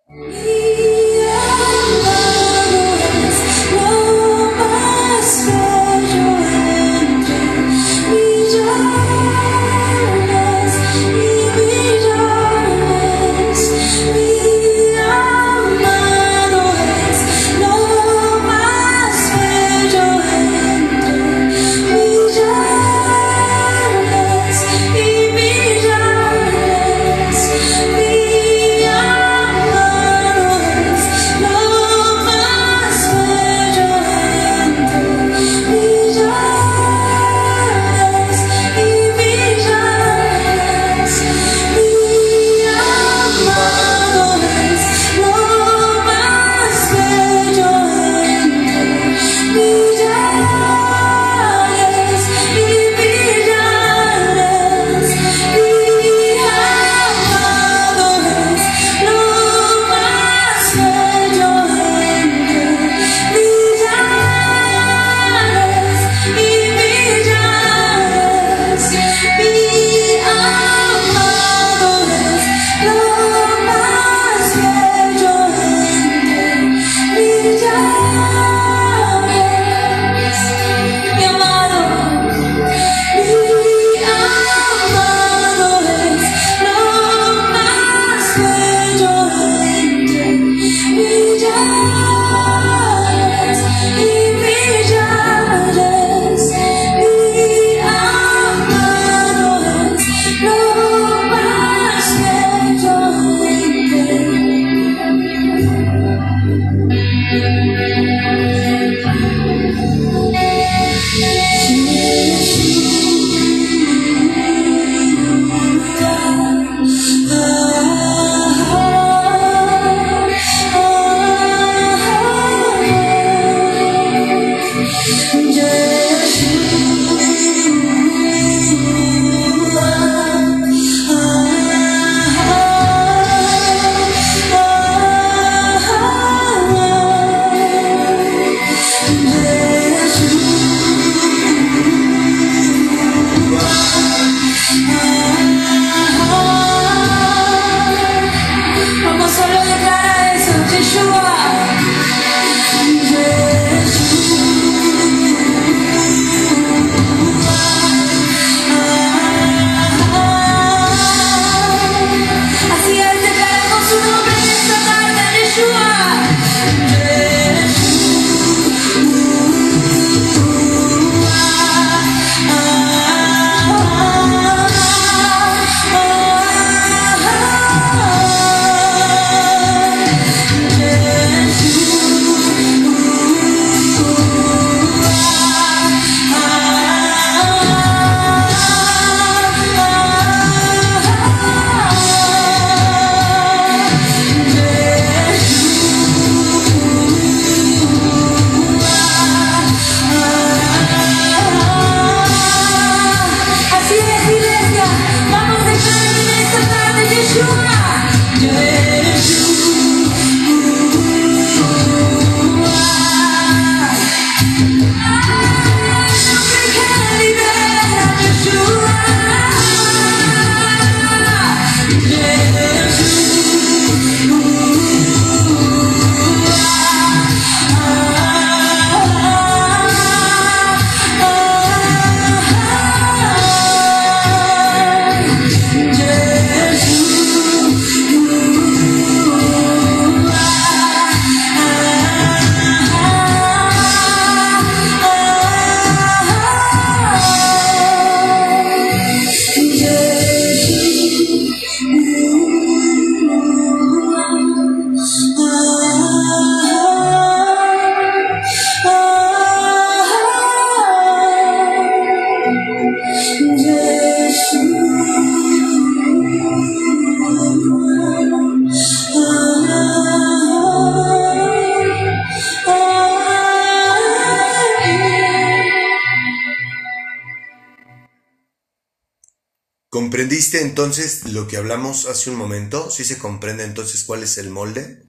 ¿Comprendiste entonces lo que hablamos hace un momento? ¿Sí se comprende entonces cuál es el molde?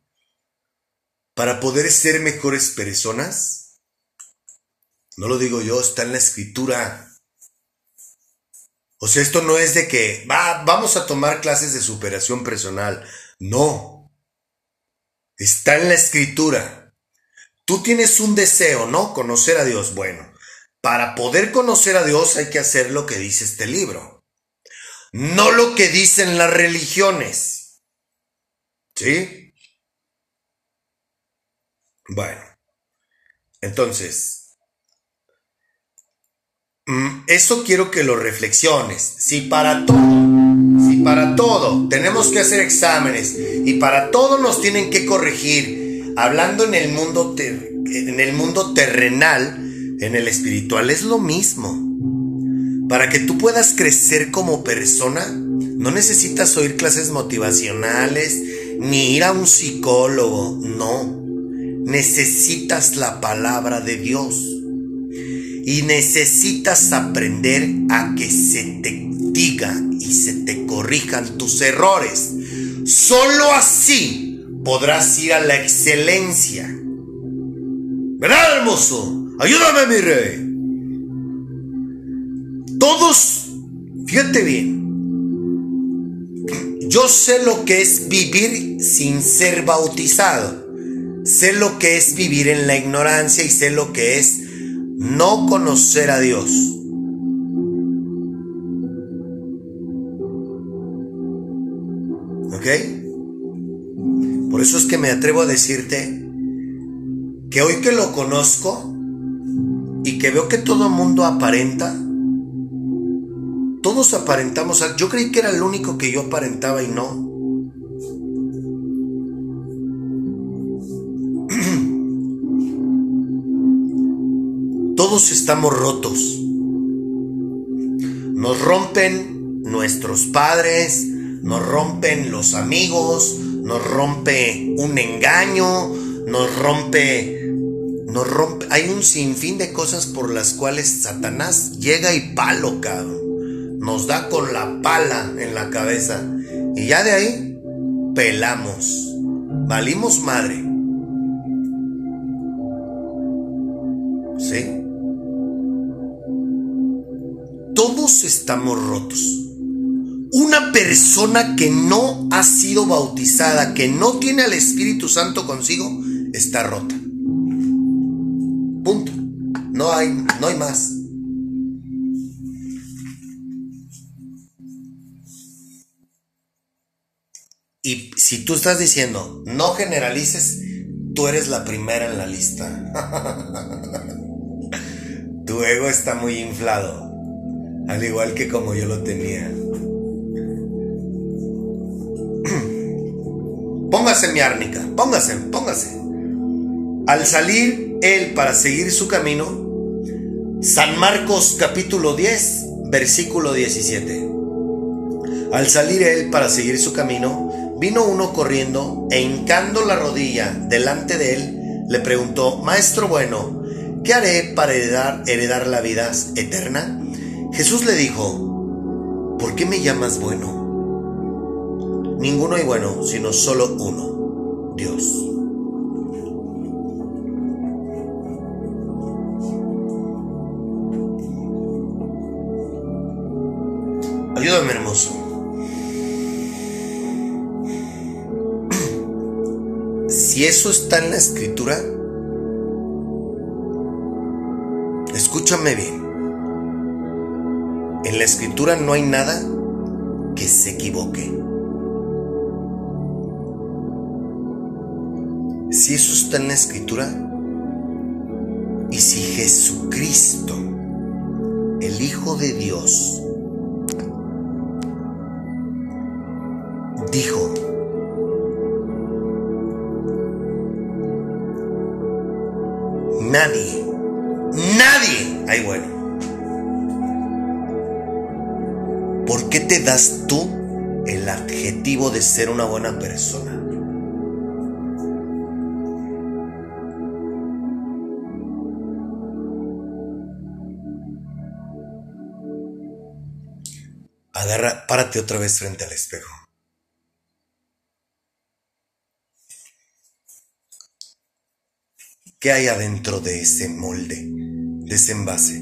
Para poder ser mejores personas, no lo digo yo, está en la escritura. O sea, esto no es de que vamos a tomar clases de superación personal. No. Está en la escritura. Tú tienes un deseo, ¿no? Conocer a Dios. Bueno, para poder conocer a Dios hay que hacer lo que dice este libro. No lo que dicen las religiones. ¿Sí? Bueno, entonces, eso quiero que lo reflexiones. Si para todo tenemos que hacer exámenes y para todo nos tienen que corregir, hablando en el mundo terrenal, en el espiritual es lo mismo. Para que tú puedas crecer como persona, no necesitas oír clases motivacionales ni ir a un psicólogo, no. Necesitas la palabra de Dios y necesitas aprender a que se te diga y se te corrijan tus errores. Solo así podrás ir a la excelencia. ¿Verdad, hermoso? Ayúdame, mi rey. Todos, fíjate bien, yo sé lo que es vivir sin ser bautizado, sé lo que es vivir en la ignorancia y sé lo que es no conocer a Dios. ¿Ok? Por eso es que me atrevo a decirte que hoy que lo conozco y que veo que todo el mundo aparenta, todos aparentamos. Yo creí que era el único que yo aparentaba y no. Todos estamos rotos. Nos rompen nuestros padres, nos rompen los amigos, nos rompe un engaño, nos rompe. Hay un sinfín de cosas por las cuales Satanás llega y palo, cabrón. Nos da con la pala en la cabeza y ya de ahí pelamos, valimos madre. ¿Sí? Todos estamos rotos. Una persona que no ha sido bautizada, que no tiene al Espíritu Santo consigo, está rota. Punto. No hay más. Y si tú estás diciendo, no generalices, tú eres la primera en la lista. Tu ego está muy inflado, al igual que como yo lo tenía. Póngase mi árnica, póngase. Al salir él para seguir su camino, San Marcos capítulo 10, versículo 17. Al salir él para seguir su camino, vino uno corriendo e hincando la rodilla delante de él, le preguntó: Maestro bueno, ¿qué haré para heredar la vida eterna? Jesús le dijo: ¿por qué me llamas bueno? Ninguno hay bueno, sino solo uno, Dios. Ayúdame, hermoso. Si eso está en la escritura, escúchame bien. En la escritura no hay nada que se equivoque. Si eso está en la escritura, y si Jesucristo, el Hijo de Dios, dijo: nadie hay bueno, ¿por qué te das tú el adjetivo de ser una buena persona? Párate otra vez frente al espejo. ¿Qué hay adentro de ese molde, de ese envase?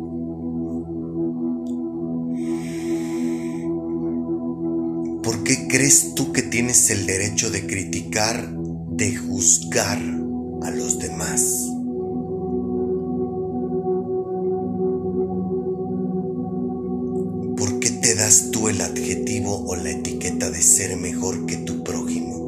¿Por qué crees tú que tienes el derecho de criticar, de juzgar a los demás? ¿Por qué te das tú el adjetivo o la etiqueta de ser mejor que tu prójimo?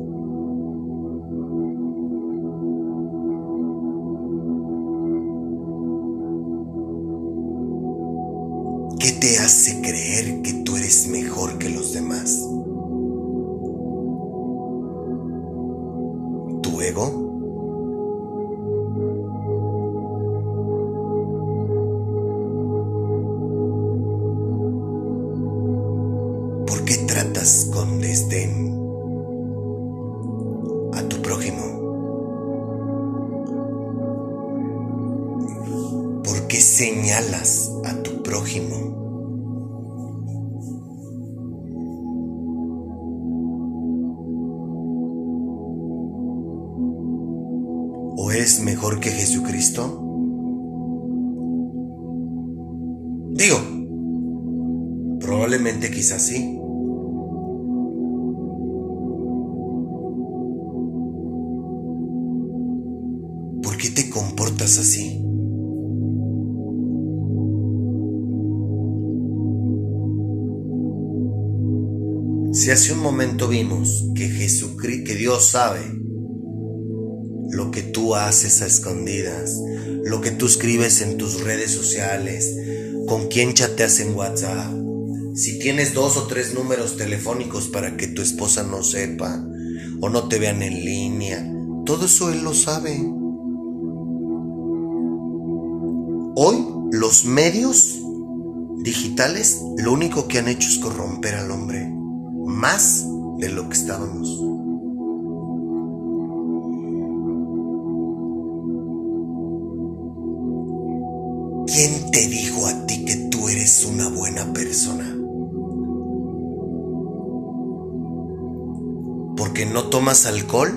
¿Qué te hace creer que tú eres mejor que los demás? ¿Tu ego? ¿Por qué tratas con desdén a tu prójimo? ¿Por qué señalas a tu prójimo? ¿O eres mejor que Jesucristo? Digo, probablemente quizás sí. ¿Por qué te comportas así? Si hace un momento vimos que Jesucristo, que Dios sabe lo que tú haces a escondidas, lo que tú escribes en tus redes sociales, con quién chateas en WhatsApp, si tienes 2 o 3 números telefónicos para que tu esposa no sepa o no te vean en línea, todo eso Él lo sabe. Hoy los medios digitales lo único que han hecho es corromper al hombre, más de lo que estábamos. ¿Quién te dijo a ti que tú eres una buena persona? ¿Porque no tomas alcohol?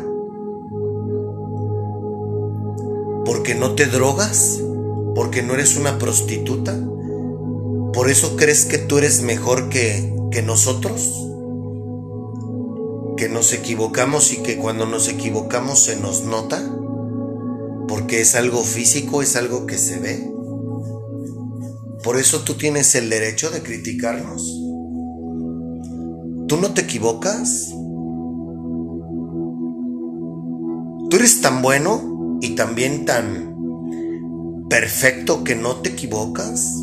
¿Porque no te drogas? ¿Porque no eres una prostituta? ¿Por eso crees que tú eres mejor que nosotros? ¿Que nos equivocamos y que cuando nos equivocamos se nos nota? ¿Porque es algo físico, es algo que se ve? ¿Por eso tú tienes el derecho de criticarnos? ¿Tú no te equivocas? ¿Tú eres tan bueno y también tan perfecto que no te equivocas?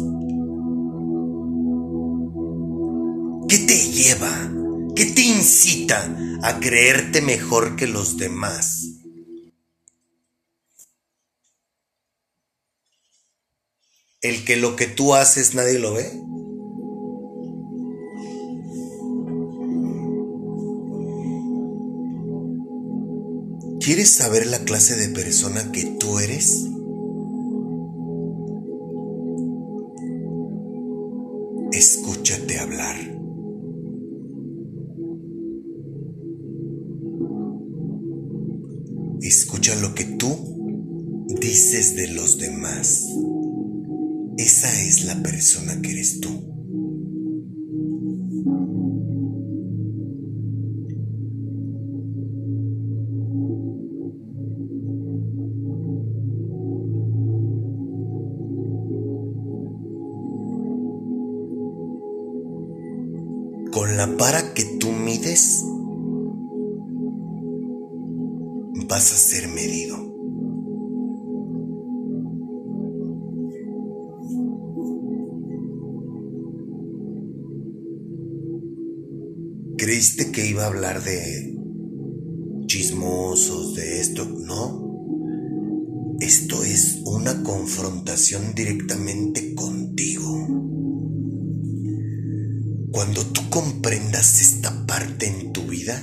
¿Qué te lleva? ¿Qué te incita a creerte mejor que los demás? ¿El que lo que tú haces nadie lo ve? ¿Quieres saber la clase de persona que tú eres? Escúchate hablar. Escucha lo que tú dices de los demás. Esa es la persona que eres tú. Con la vara que tú mides, vas a ser medido. ¿Creíste que iba a hablar de chismosos, de esto? No. Esto es una confrontación directamente contigo. Cuando tú comprendas esta parte en tu vida,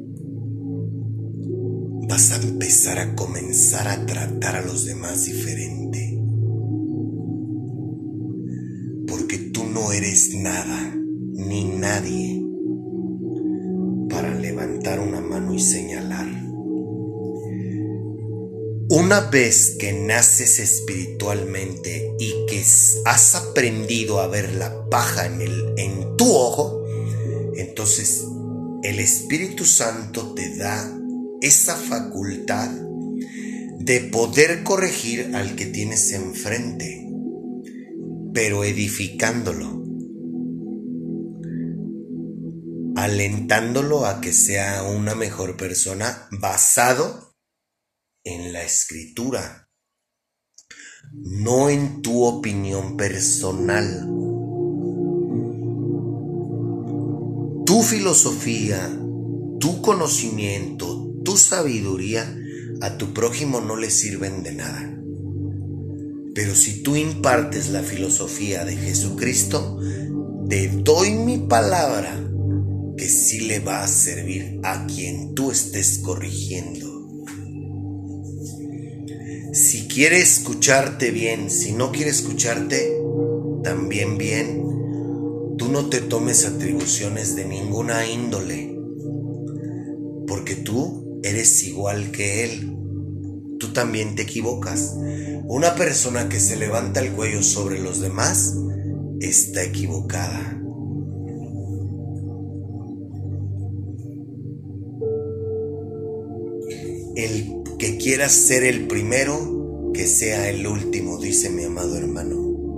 vas a empezar a comenzar a tratar a los demás diferente. Porque tú no eres nada, ni nadie, para levantar una mano y señalar. Una vez que naces espiritualmente y que has aprendido a ver la paja en tu ojo, entonces el Espíritu Santo te da esa facultad de poder corregir al que tienes enfrente, pero edificándolo, alentándolo a que sea una mejor persona basado en la Escritura, no en tu opinión personal. Tu filosofía, tu conocimiento, tu sabiduría a tu prójimo no le sirven de nada. Pero si tú impartes la filosofía de Jesucristo, te doy mi palabra que sí le va a servir a quien tú estés corrigiendo. Si quiere escucharte bien, si no quiere escucharte también bien, tú no te tomes atribuciones de ninguna índole, porque tú eres igual que él. Tú también te equivocas. Una persona que se levanta el cuello sobre los demás está equivocada. El que quiera ser el primero, que sea el último, dice mi amado hermano.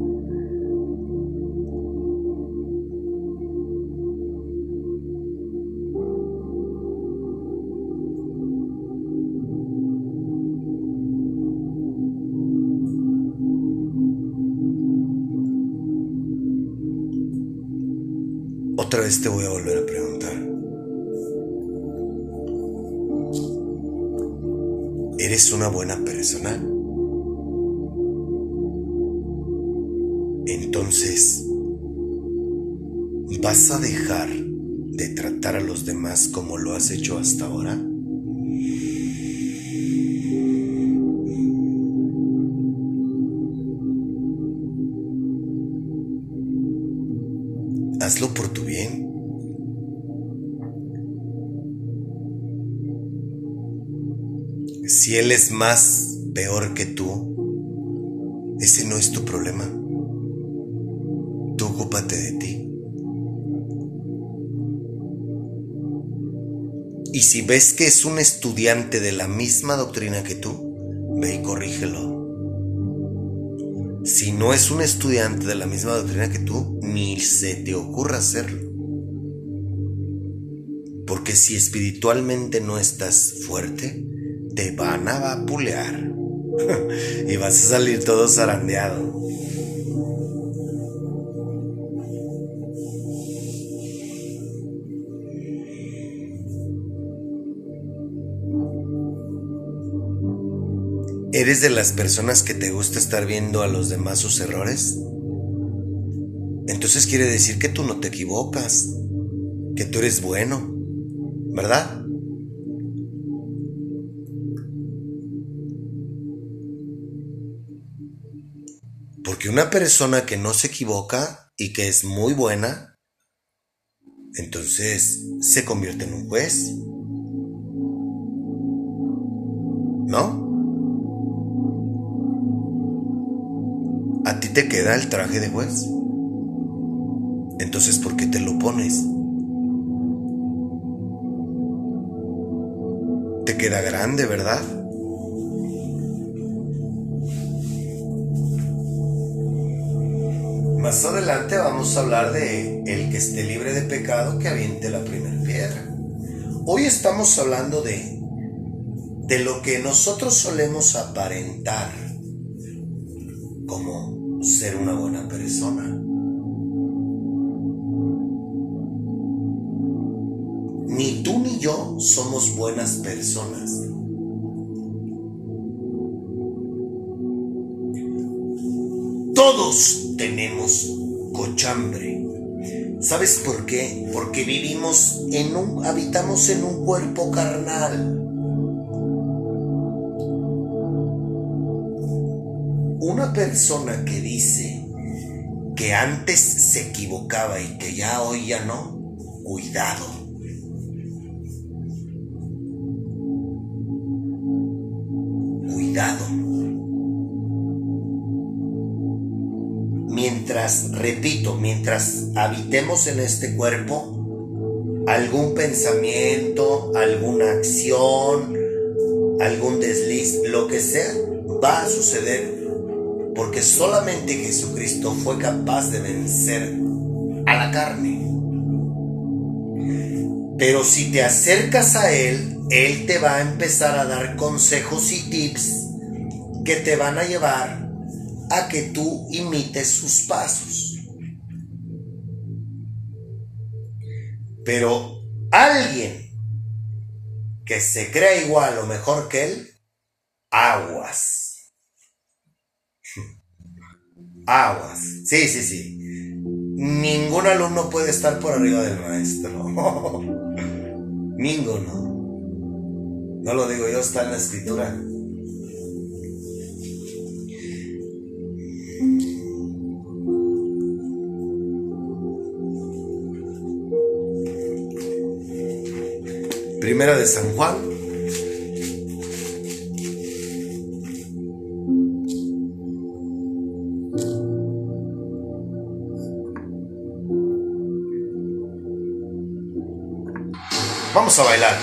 Otra vez te voy a volver a preguntar. ¿Eres una buena persona? Entonces, ¿vas a dejar de tratar a los demás como lo has hecho hasta ahora? Hazlo por tu bien. Si él es más peor que tú, ese no es tu problema. Tú ocúpate de ti. Y si ves que es un estudiante de la misma doctrina que tú, ve y corrígelo. Si no es un estudiante de la misma doctrina que tú, ni se te ocurra hacerlo. Porque si espiritualmente no estás fuerte, te van a vapulear y vas a salir todo zarandeado. ¿Eres de las personas que te gusta estar viendo a los demás sus errores? Entonces quiere decir que tú no te equivocas, que tú eres bueno, ¿verdad? Porque una persona que no se equivoca y que es muy buena, entonces se convierte en un juez, ¿no? ¿A ti te queda el traje de juez? Entonces, ¿por qué te lo pones? Te queda grande, ¿verdad? Más adelante vamos a hablar de el que esté libre de pecado que aviente la primera piedra. Hoy estamos hablando de lo que nosotros solemos aparentar como ser una buena persona. Ni tú ni yo somos buenas personas. Todos tenemos cochambre. ¿Sabes por qué? Porque habitamos en un cuerpo carnal. Una persona que dice que antes se equivocaba y que ya hoy ya no, cuidado. Cuidado. Mientras habitemos en este cuerpo, algún pensamiento, alguna acción, algún desliz, lo que sea, va a suceder porque solamente Jesucristo fue capaz de vencer a la carne. Pero si te acercas a Él, Él te va a empezar a dar consejos y tips que te van a llevar a que tú imites sus pasos. Pero alguien que se crea igual o mejor que Él, aguas. Aguas. Sí, sí, sí. Ningún alumno puede estar por arriba del maestro. Ninguno. No lo digo yo, está en la escritura. Primera de San Juan. Vamos a bailar.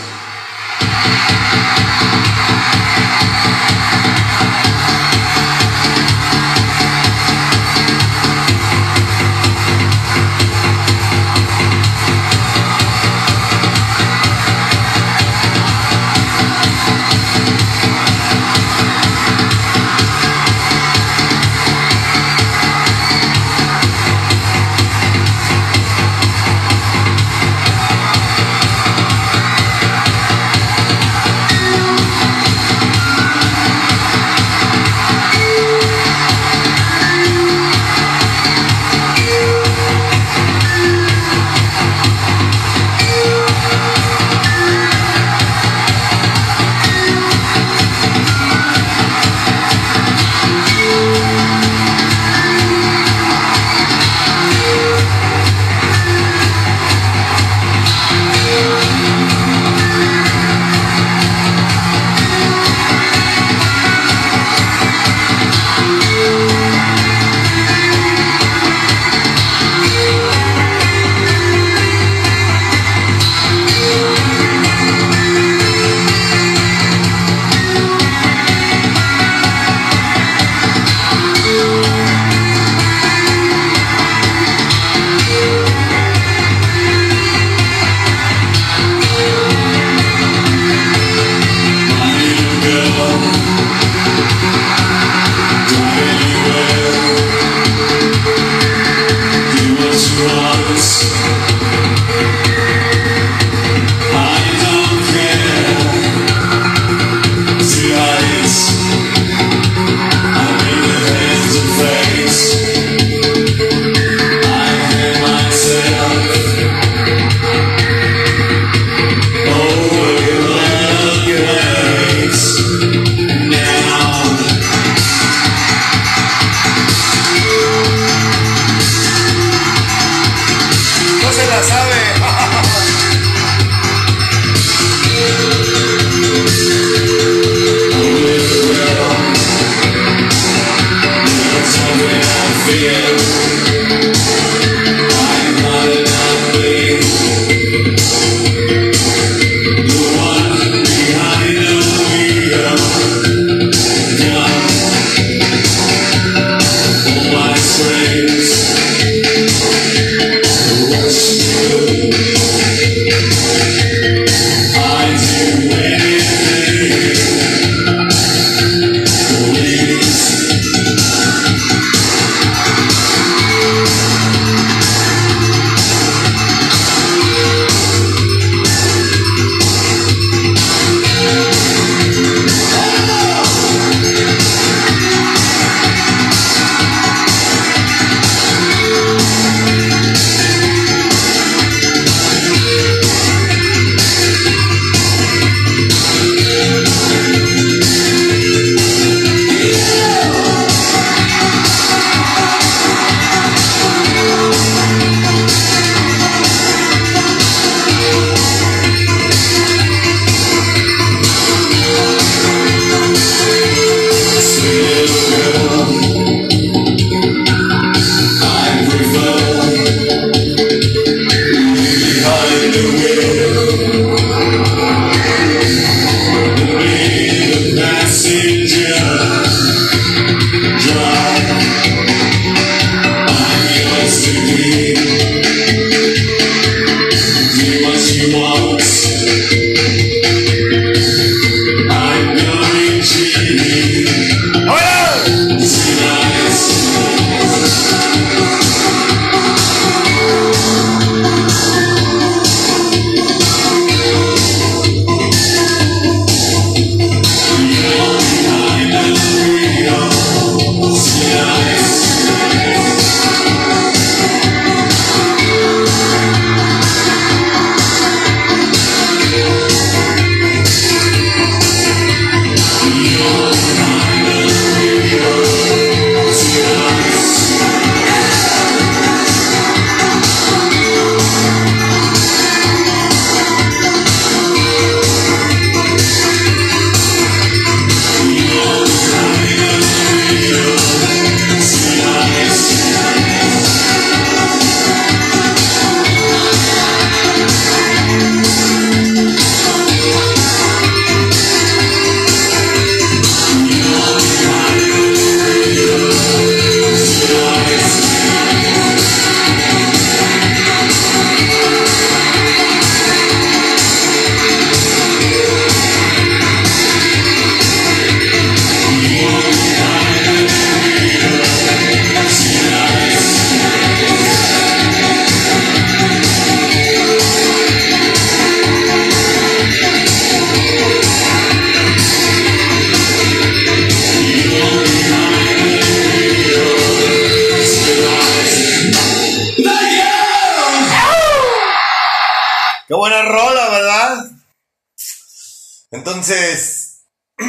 Entonces,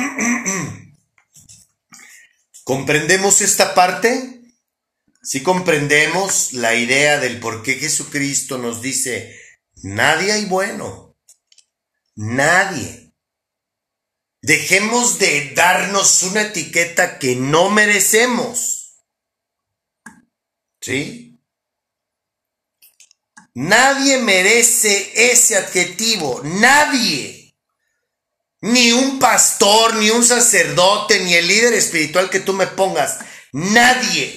¿comprendemos esta parte? Si comprendemos la idea del por qué Jesucristo nos dice, nadie hay bueno, nadie. Dejemos de darnos una etiqueta que no merecemos. ¿Sí? Nadie merece ese adjetivo, nadie. Ni un pastor, ni un sacerdote, ni el líder espiritual que tú me pongas, nadie.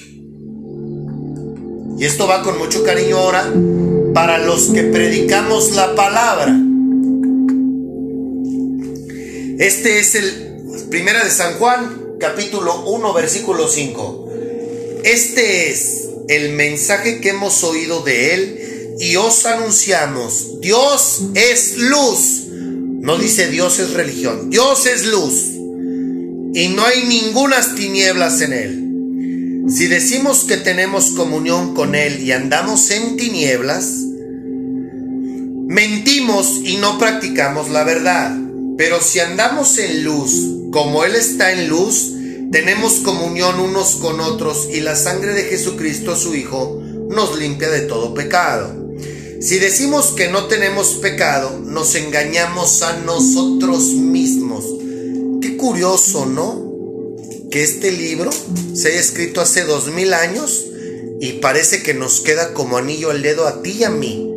Y esto va con mucho cariño ahora para los que predicamos la palabra. Este es el Primera de San Juan, capítulo 1, versículo 5. Este es el mensaje que hemos oído de él y os anunciamos. Dios es luz. No dice Dios es religión. Dios es luz. Y no hay ningunas tinieblas en él. Si decimos que tenemos comunión con Él y andamos en tinieblas, mentimos y no practicamos la verdad. Pero si andamos en luz, como Él está en luz, tenemos comunión unos con otros y la sangre de Jesucristo, su Hijo, nos limpia de todo pecado. Si decimos que no tenemos pecado, nos engañamos a nosotros mismos. Qué curioso, ¿no? Que este libro se haya escrito hace 2000 años y parece que nos queda como anillo al dedo a ti y a mí.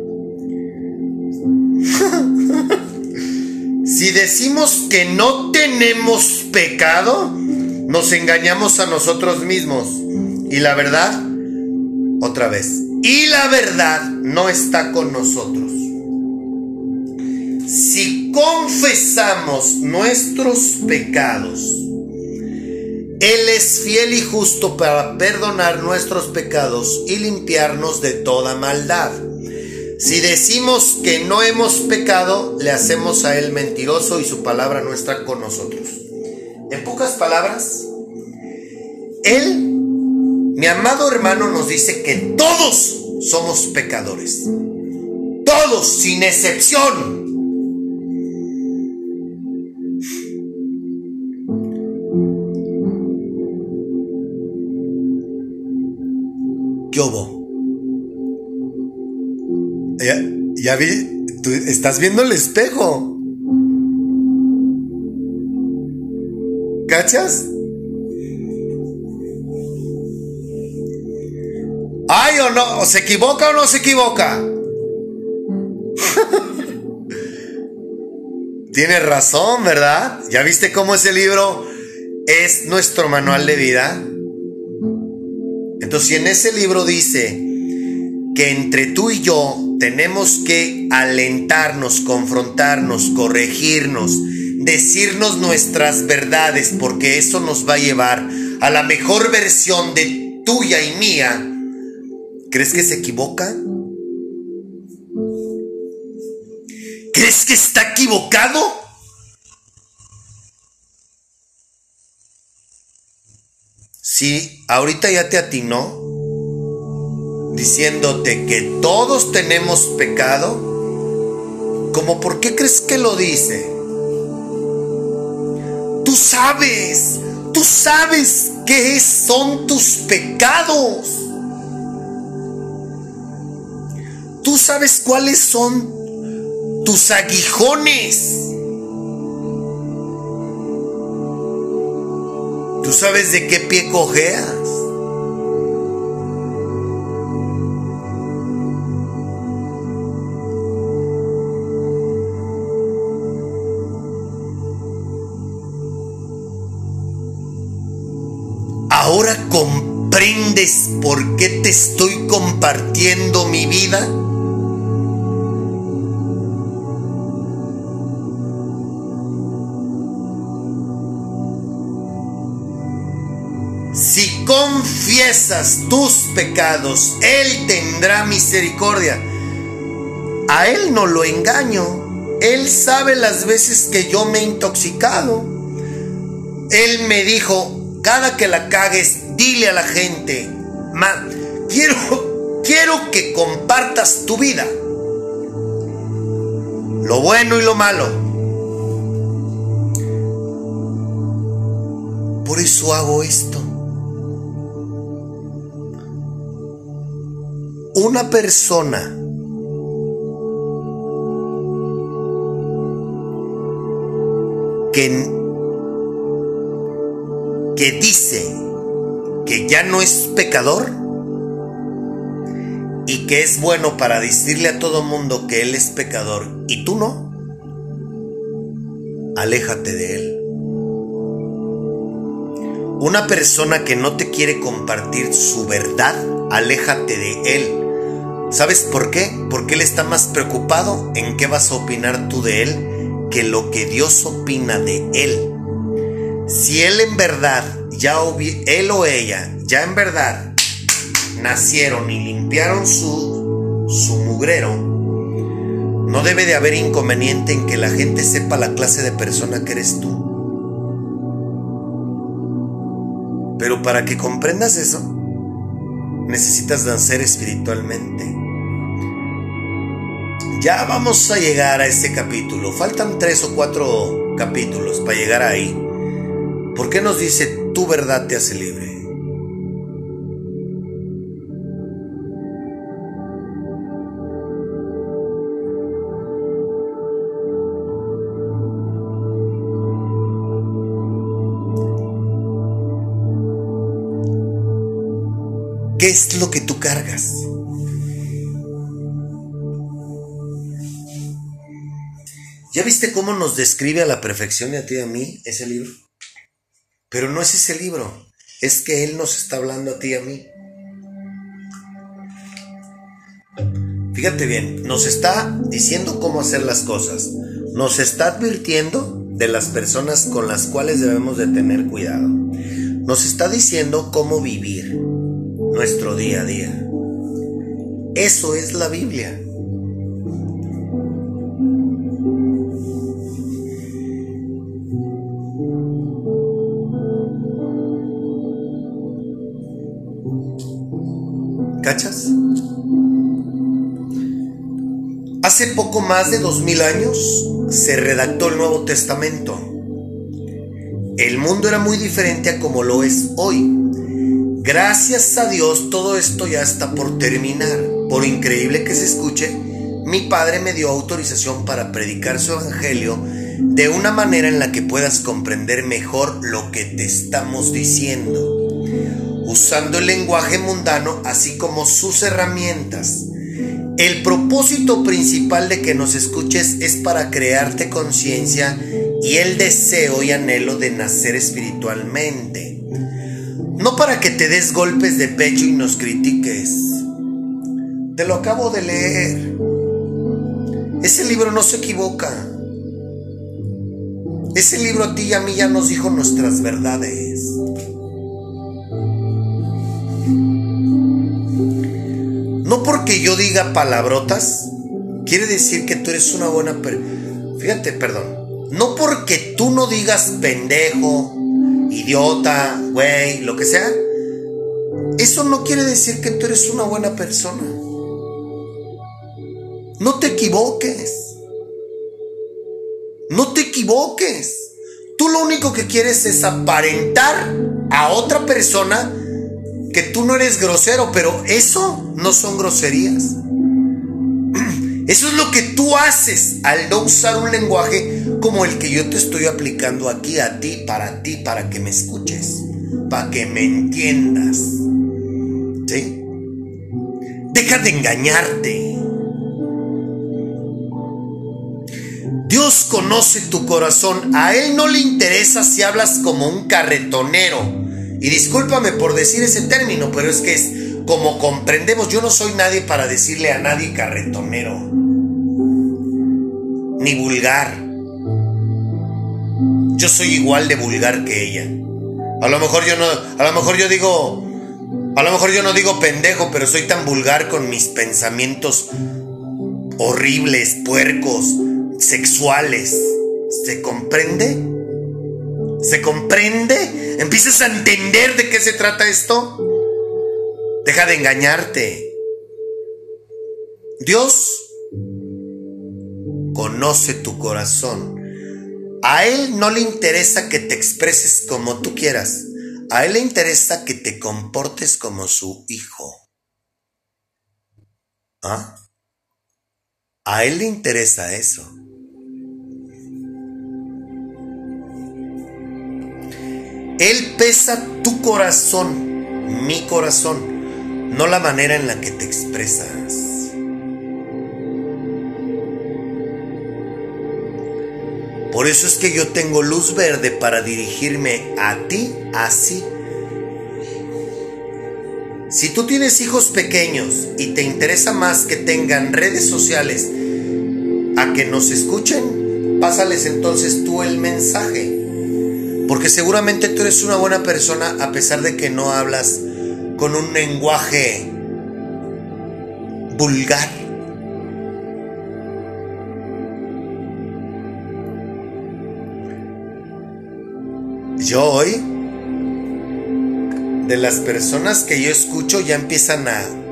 Si decimos que no tenemos pecado, nos engañamos a nosotros mismos. Y la verdad, otra vez, y la verdad no está con nosotros. Si confesamos nuestros pecados, Él es fiel y justo para perdonar nuestros pecados y limpiarnos de toda maldad. Si decimos que no hemos pecado, le hacemos a Él mentiroso y su palabra no está con nosotros. En pocas palabras, Él, mi amado hermano, nos dice que todos somos pecadores. Todos, sin excepción. ¿Qué hubo? Ya vi, tú estás viendo el espejo. ¿Cachas? ¿Ay o no? ¿Se equivoca o no se equivoca? Tienes razón, ¿verdad? ¿Ya viste cómo ese libro es nuestro manual de vida? Entonces, si en ese libro dice que entre tú y yo tenemos que alentarnos, confrontarnos, corregirnos, decirnos nuestras verdades, porque eso nos va a llevar a la mejor versión de tuya y mía, ¿crees que se equivoca? ¿Crees que está equivocado? Sí, ahorita ya te atinó diciéndote que todos tenemos pecado. ¿Cómo por qué crees que lo dice? Tú sabes qué son tus pecados. Tú sabes cuáles son tus aguijones. Tú sabes de qué pie cojeas. ¿Ahora comprendes por qué te estoy compartiendo mi vida? Si confiesas tus pecados, Él tendrá misericordia. A Él no lo engaño. Él sabe las veces que yo me he intoxicado. Él me dijo: cada que la cagues, dile a la gente, quiero que compartas tu vida, lo bueno y lo malo. eso hago esto. Una persona que dice que ya no es pecador y que es bueno para decirle a todo mundo que él es pecador y tú no, aléjate de él. Una persona que no te quiere compartir su verdad, aléjate de él. ¿Sabes por qué? Porque él está más preocupado en qué vas a opinar tú de él que lo que Dios opina de él. Si él en verdad, él o ella, ya en verdad nacieron y limpiaron su mugrero, no debe de haber inconveniente en que la gente sepa la clase de persona que eres tú. Pero para que comprendas eso, necesitas nacer espiritualmente. Ya vamos a llegar a ese capítulo. Faltan 3 o 4 capítulos para llegar ahí. ¿Por qué nos dice tu verdad te hace libre? ¿Qué es lo que tú cargas? ¿Ya viste cómo nos describe a la perfección y a ti y a mí ese libro? Pero no es ese libro, es que él nos está hablando a ti y a mí. Fíjate bien, nos está diciendo cómo hacer las cosas, nos está advirtiendo de las personas con las cuales debemos de tener cuidado, nos está diciendo cómo vivir nuestro día a día. Eso es la Biblia. ¿Cachas? Hace poco más de 2000 años se redactó el Nuevo Testamento. El mundo era muy diferente a como lo es hoy. Gracias a Dios todo esto ya está por terminar. Por increíble que se escuche, mi padre me dio autorización para predicar su evangelio de una manera en la que puedas comprender mejor lo que te estamos diciendo, usando el lenguaje mundano así como sus herramientas. El propósito principal de que nos escuches es para crearte conciencia y el deseo y anhelo de nacer espiritualmente. No para que te des golpes de pecho y nos critiques. Te lo acabo de leer. Ese libro no se equivoca. Ese libro a ti y a mí ya nos dijo nuestras verdades. No porque yo diga palabrotas, quiere decir que tú eres una buena persona. Fíjate, perdón. No porque tú no digas pendejo, idiota, güey, lo que sea, eso no quiere decir que tú eres una buena persona. No te equivoques. No te equivoques. Tú lo único que quieres es aparentar a otra persona que tú no eres grosero, pero eso no son groserías. Eso es lo que tú haces al no usar un lenguaje como el que yo te estoy aplicando aquí a ti, para que me escuches, para que me entiendas. ¿Sí? Deja de engañarte. Dios conoce tu corazón. A Él no le interesa si hablas como un carretonero. Y discúlpame por decir ese término, pero es que es como comprendemos. Yo no soy nadie para decirle a nadie carretonero, ni vulgar. Yo soy igual de vulgar que ella. A lo mejor yo no digo pendejo, pero soy tan vulgar con mis pensamientos horribles, puercos, sexuales. ¿Se comprende? ¿Se comprende? ¿Empiezas a entender de qué se trata esto? Deja de engañarte. Dios conoce tu corazón. A Él no le interesa que te expreses como tú quieras. A Él le interesa que te comportes como su hijo. ¿Ah? A Él le interesa eso. Él pesa tu corazón, mi corazón, no la manera en la que te expresas. Por eso es que yo tengo luz verde para dirigirme a ti así. Si tú tienes hijos pequeños y te interesa más que tengan redes sociales a que nos escuchen, pásales entonces tú el mensaje. Porque seguramente tú eres una buena persona a pesar de que no hablas con un lenguaje vulgar. Yo hoy, de las personas que yo escucho ya empiezan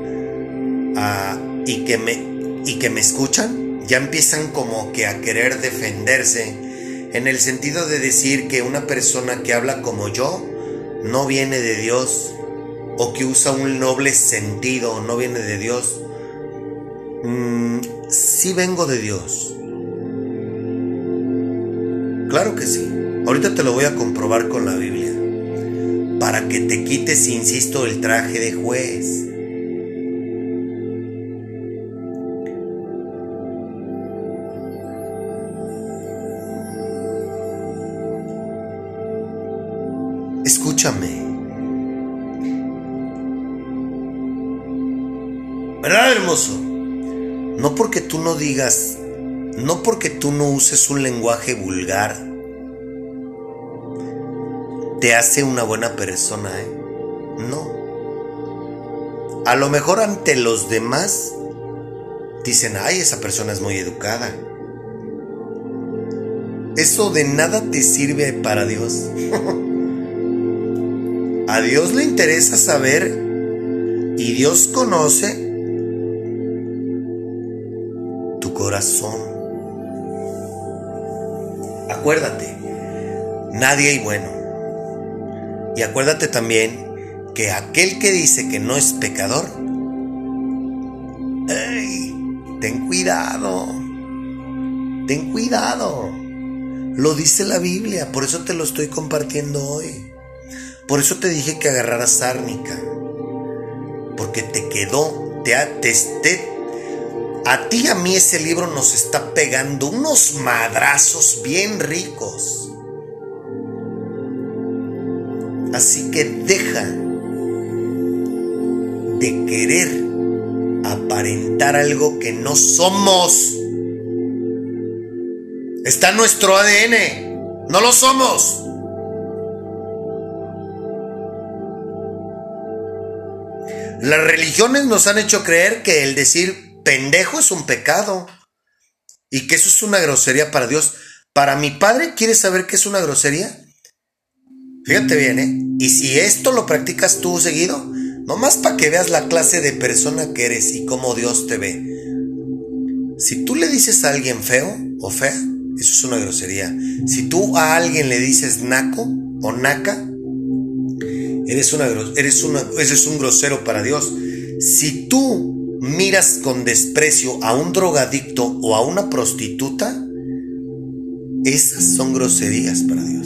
y que me escuchan, ya empiezan como que a querer defenderse, en el sentido de decir que una persona que habla como yo no viene de Dios, o que usa un noble sentido, no viene de Dios. Sí vengo de Dios. Claro que sí. Ahorita te lo voy a comprobar con la Biblia, para que te quites, insisto, el traje de juez. Escúchame. ¿Verdad, hermoso? No porque tú no digas, no porque tú no uses un lenguaje vulgar, te hace una buena persona, ¿eh? No. A lo mejor ante los demás dicen, ay, esa persona es muy educada. Eso de nada te sirve para Dios. A Dios le interesa saber, y Dios conoce tu corazón. Acuérdate, nadie hay bueno. Y acuérdate también que aquel que dice que no es pecador, ¡ey! Ten cuidado. Ten cuidado. Lo dice la Biblia, por eso te lo estoy compartiendo hoy. Por eso te dije que agarraras árnica. Porque te quedó, a ti y a mí ese libro nos está pegando unos madrazos bien ricos. Así que deja de querer aparentar algo que no somos. Está en nuestro ADN. No lo somos. Las religiones nos han hecho creer que el decir pendejo es un pecado y que eso es una grosería para Dios. Para mi padre, ¿quieres saber qué es una grosería? Fíjate bien, ¿eh? Y si esto lo practicas tú seguido, nomás para que veas la clase de persona que eres y cómo Dios te ve. Si tú le dices a alguien feo o fea, eso es una grosería. Si tú a alguien le dices naco o naca, ese es un grosero para Dios. Si tú miras con desprecio a un drogadicto o a una prostituta, esas son groserías para Dios.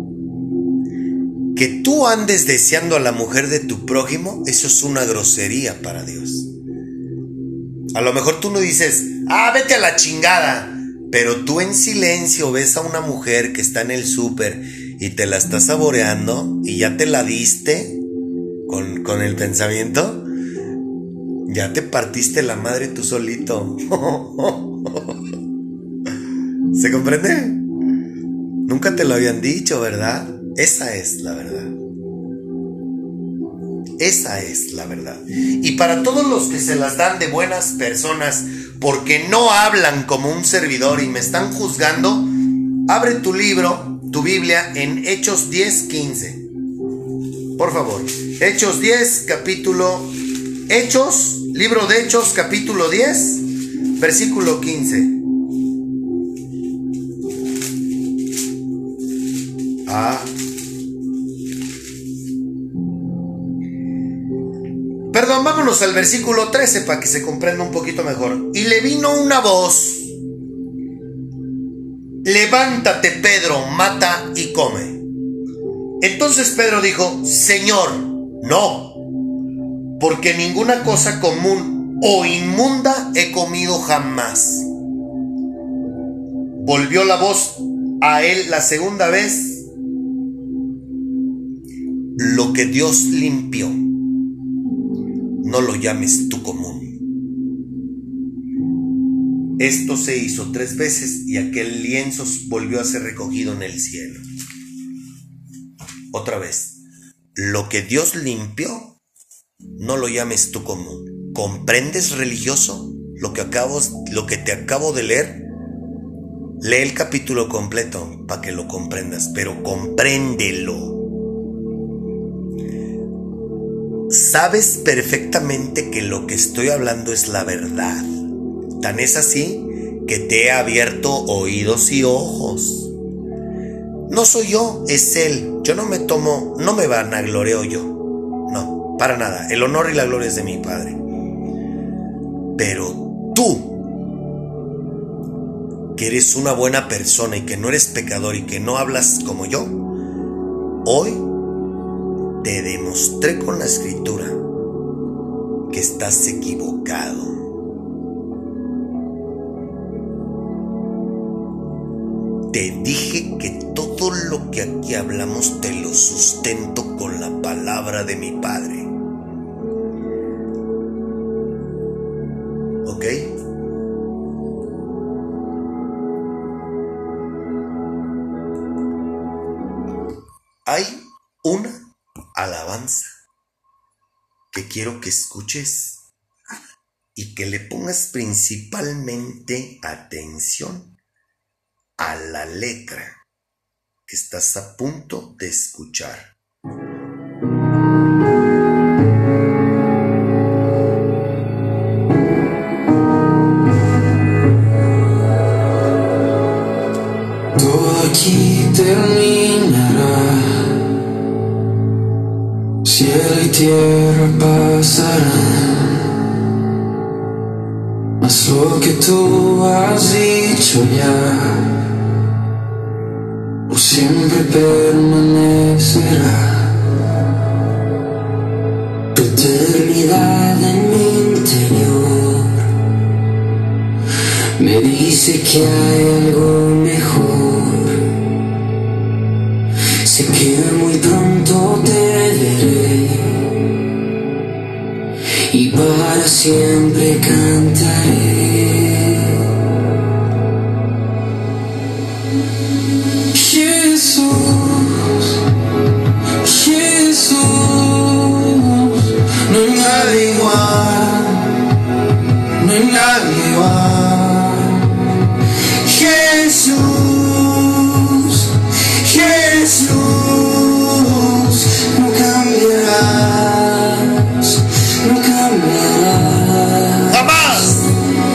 Que tú andes deseando a la mujer de tu prójimo, eso es una grosería para Dios. A lo mejor tú no dices, vete a la chingada, pero tú en silencio ves a una mujer que está en el súper y te la estás saboreando y ya te la diste con el pensamiento, ya te partiste la madre tú solito. ¿Se comprende? Nunca te lo habían dicho, ¿verdad? Esa es la verdad. Esa es la verdad. Y para todos los que se las dan de buenas personas porque no hablan como un servidor y me están juzgando, abre tu libro, tu Biblia, en Hechos 10:15. Por favor. Hechos 10, libro de Hechos, capítulo 10, versículo 15. Luego vámonos al versículo 13 para que se comprenda un poquito mejor. Y le vino una voz: levántate, Pedro, mata y come. Entonces Pedro dijo: Señor, no, porque ninguna cosa común o inmunda he comido jamás. Volvió la voz a él la segunda vez: lo que Dios limpió, no lo llames tú común. Esto se hizo 3 veces y aquel lienzo volvió a ser recogido en el cielo. Otra vez: lo que Dios limpió, no lo llames tú común. ¿Comprendes, religioso, lo que te acabo de leer? Lee el capítulo completo para que lo comprendas, pero compréndelo. Sabes perfectamente que lo que estoy hablando es la verdad. Tan es así que te he abierto oídos y ojos. No soy yo, es Él. Yo no me vanagloreo yo. No, para nada. El honor y la gloria es de mi Padre. Pero tú, que eres una buena persona y que no eres pecador y que no hablas como yo, hoy te demostré con la escritura que estás equivocado. Te dije que todo lo que aquí hablamos te lo sustento con la palabra de mi Padre. ¿Ok? Hay una alabanza que quiero que escuches y que le pongas principalmente atención a la letra que estás a punto de escuchar. Todo aquí terminará, cielo y tierra pasarán, mas lo que tú has dicho ya por siempre permanecerá. Tu eternidad en mi interior me dice que hay algo mejor. Sé que muy pronto te veré y para siempre cantaré. Jesús, Jesús, no hay nadie igual, no hay nadie igual. Jesús, Jesús, no cambiarás, no cambiarás. ¡Jamás!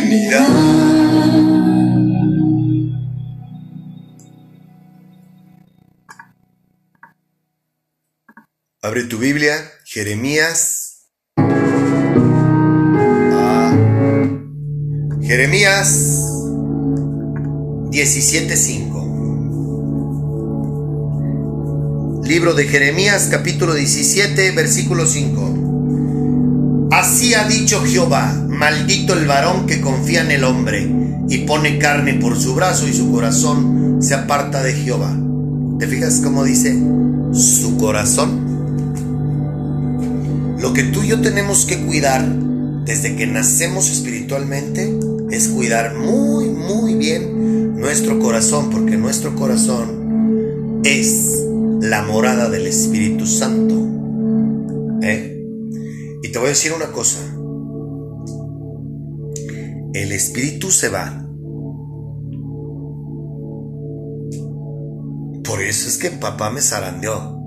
bienvenida. Abre tu Biblia, Jeremías. Jeremías 17:5. Libro de Jeremías, capítulo 17, versículo 5. Así ha dicho Jehová: maldito el varón que confía en el hombre y pone carne por su brazo y su corazón se aparta de Jehová. ¿Te fijas cómo dice su corazón? Lo que tú y yo tenemos que cuidar desde que nacemos espiritualmente es cuidar muy, muy bien nuestro corazón, porque nuestro corazón es la morada del Espíritu Santo. Y te voy a decir una cosa. El Espíritu se va. Por eso es que papá me zarandeó.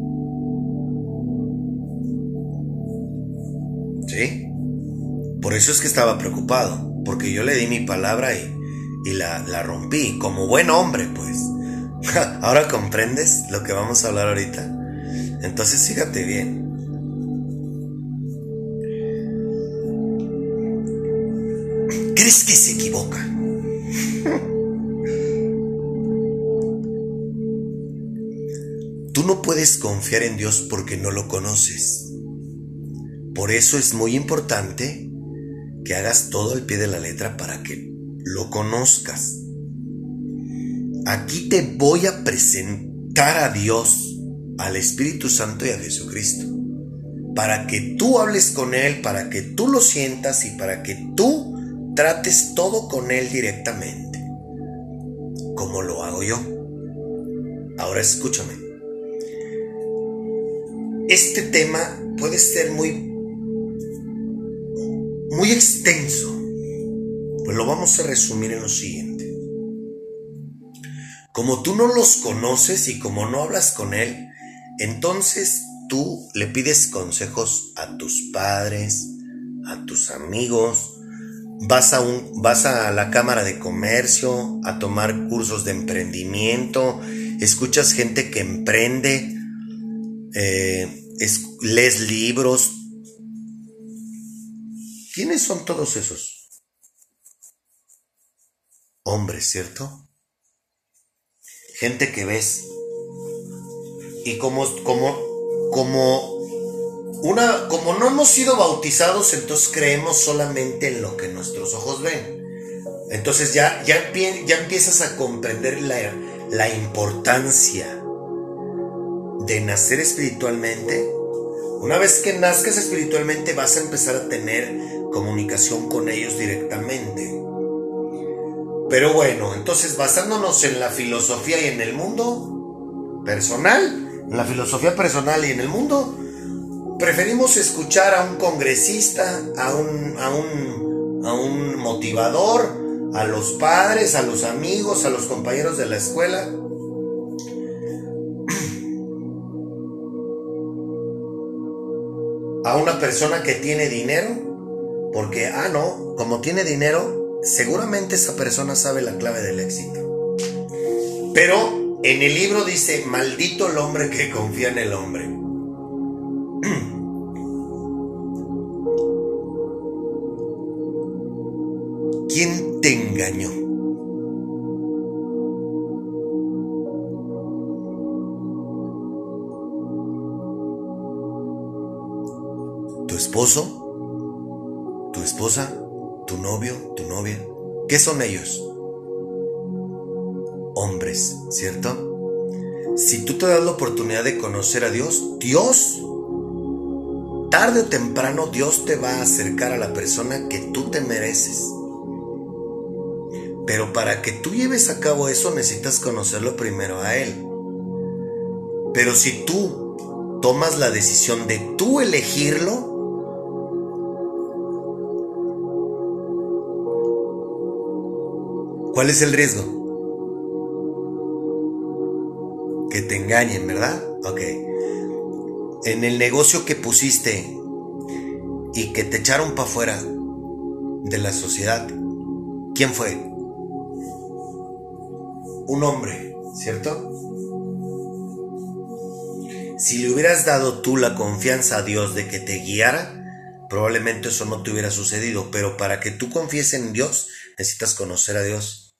¿Sí? Por eso es que estaba preocupado, porque yo le di mi palabra y la rompí, como buen hombre, pues. ¿Ahora comprendes lo que vamos a hablar ahorita? Entonces fíjate bien. ¿Crees que se equivoca? Tú no puedes confiar en Dios porque no lo conoces. Por eso es muy importante que hagas todo al pie de la letra para que lo conozcas. Aquí te voy a presentar a Dios, al Espíritu Santo y a Jesucristo, para que tú hables con Él, para que tú lo sientas y para que tú trates todo con Él directamente, como lo hago yo. Ahora escúchame. Este tema puede ser muy extenso, pues lo vamos a resumir en lo siguiente. Como tú no los conoces y como no hablas con Él, entonces tú le pides consejos a tus padres, a tus amigos, vas a la Cámara de Comercio a tomar cursos de emprendimiento, escuchas gente que emprende, lees libros. ¿Quiénes son todos esos hombres, cierto? Gente que ves y como no hemos sido bautizados, entonces creemos solamente en lo que nuestros ojos ven. Entonces ya empiezas a comprender la importancia de nacer espiritualmente. Una vez que nazcas espiritualmente vas a empezar a tener comunicación con ellos directamente. Pero bueno, entonces basándonos en la filosofía y en el mundo personal, en la filosofía personal y en el mundo, preferimos escuchar a un congresista, a un motivador, a los padres, a los amigos, a los compañeros de la escuela. A una persona que tiene dinero, porque, como tiene dinero, seguramente esa persona sabe la clave del éxito. Pero en el libro dice: maldito el hombre que confía en el hombre. ¿Quién te engañó? ¿Tu esposo? ¿Tu esposa? ¿Tu novio? ¿Tu novia? ¿Qué son ellos? Hombres, ¿cierto? Si tú te das la oportunidad de conocer a Dios, tarde o temprano, Dios te va a acercar a la persona que tú te mereces. Pero para que tú lleves a cabo eso, necesitas conocerlo primero a Él. Pero si tú tomas la decisión de tú elegirlo, ¿cuál es el riesgo? Que te engañen, ¿verdad? Ok. En el negocio que pusiste y que te echaron para afuera de la sociedad, ¿Quién fue? Un hombre, ¿cierto? Si le hubieras dado tú la confianza a Dios de que te guiara, probablemente eso no te hubiera sucedido, pero para que tú confíes en Dios, necesitas conocer a Dios.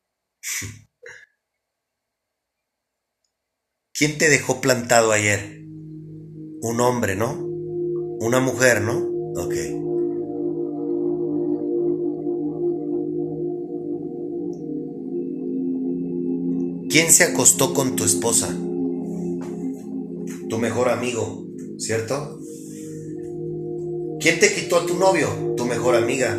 ¿Quién te dejó plantado ayer? Un hombre, ¿no? Una mujer, ¿no? Ok. ¿Quién se acostó con tu esposa? Tu mejor amigo, ¿cierto? ¿Quién te quitó a tu novio? Tu mejor amiga.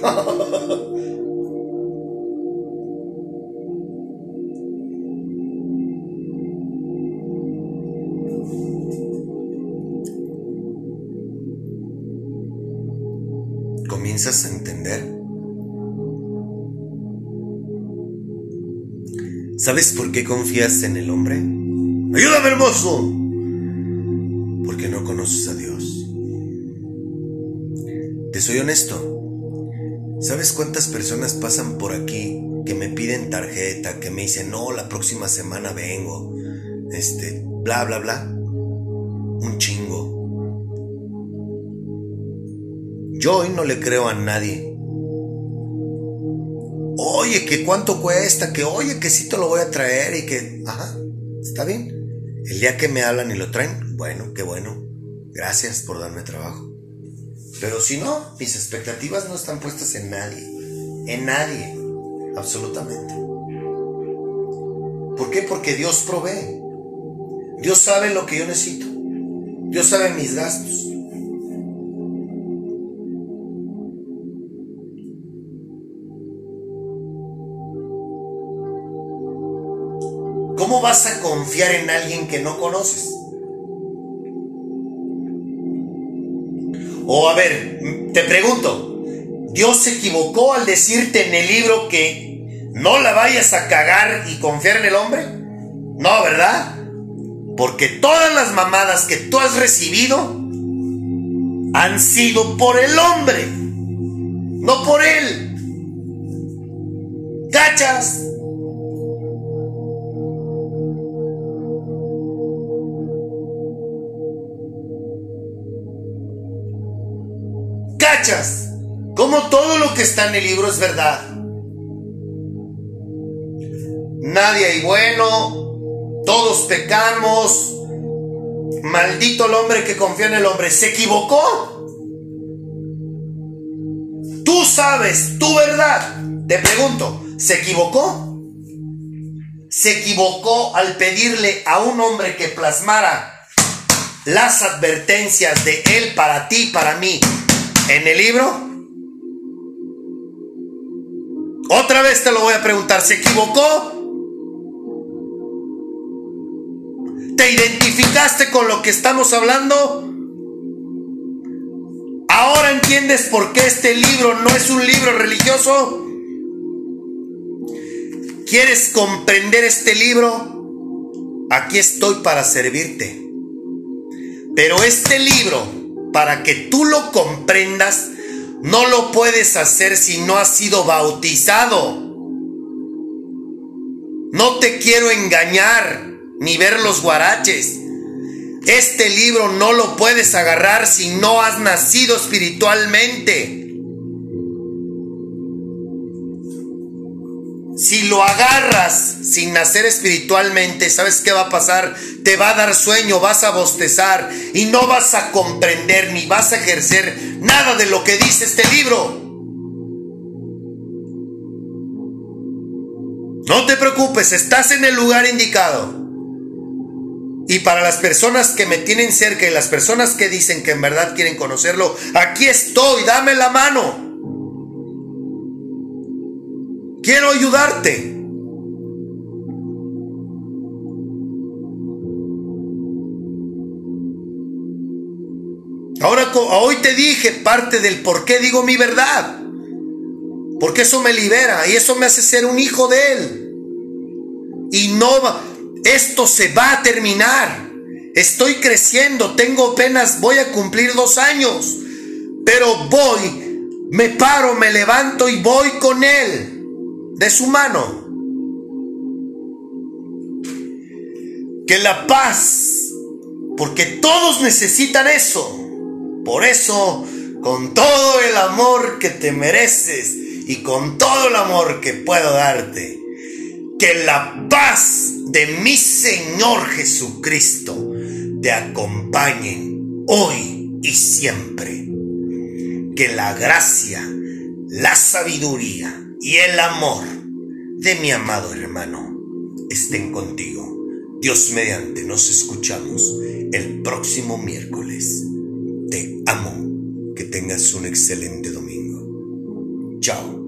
¿Comienzas a entender? ¿Sabes por qué confías en el hombre? ¡Ayúdame, hermoso! Porque no conoces a Dios. Te soy honesto. ¿Sabes cuántas personas pasan por aquí que me piden tarjeta, que me dicen, no, la próxima semana vengo, bla, bla, bla? Un chingo. Yo hoy no le creo a nadie. Oye, que cuánto cuesta, que oye, que sí te lo voy a traer y que... Ajá, está bien. El día que me hablan y lo traen, bueno, qué bueno. Gracias por darme trabajo. Pero si no, mis expectativas no están puestas en nadie. En nadie. Absolutamente. ¿Por qué? Porque Dios provee. Dios sabe lo que yo necesito. Dios sabe mis gastos. ¿Cómo vas a confiar en alguien que no conoces? O a ver, te pregunto, ¿Dios se equivocó al decirte en el libro que no la vayas a cagar y confiar en el hombre? No, ¿verdad? Porque todas las mamadas que tú has recibido han sido por el hombre, no por él. ¿Cachas? ¿Cachas? Como todo lo que está en el libro es verdad. Nadie hay bueno, todos pecamos. Maldito el hombre que confía en el hombre. ¿Se equivocó? Tú sabes tu verdad. Te pregunto, ¿se equivocó? ¿Se equivocó al pedirle a un hombre que plasmara las advertencias de él para ti, para mí, en el libro? Otra vez te lo voy a preguntar, ¿se equivocó? ¿Te identificaste con lo que estamos hablando? ¿Ahora entiendes por qué este libro no es un libro religioso? ¿Quieres comprender este libro? Aquí estoy para servirte. Pero este libro, para que tú lo comprendas, no lo puedes hacer si no has sido bautizado. No te quiero engañar ni ver los guaraches. Este libro no lo puedes agarrar si no has nacido espiritualmente. Si lo agarras sin nacer espiritualmente, ¿sabes qué va a pasar? Te va a dar sueño, vas a bostezar y no vas a comprender ni vas a ejercer nada de lo que dice este libro. No te preocupes, estás en el lugar indicado. Y para las personas que me tienen cerca y las personas que dicen que en verdad quieren conocerlo, aquí estoy, dame la mano. Quiero ayudarte. Ahora, hoy te dije parte del por qué digo mi verdad. Porque eso me libera y eso me hace ser un hijo de Él. Y no, esto se va a terminar. Estoy creciendo, tengo apenas, voy a cumplir 2 años. Pero voy me paro, me levanto y voy con Él, de su mano. Que la paz, porque todos necesitan eso. Por eso, con todo el amor que te mereces y con todo el amor que puedo darte, que la paz de mi Señor Jesucristo te acompañe hoy y siempre. Que la gracia, la sabiduría y el amor de mi amado hermano estén contigo. Dios mediante, nos escuchamos el próximo miércoles. Te amo. Que tengas un excelente domingo. Chao.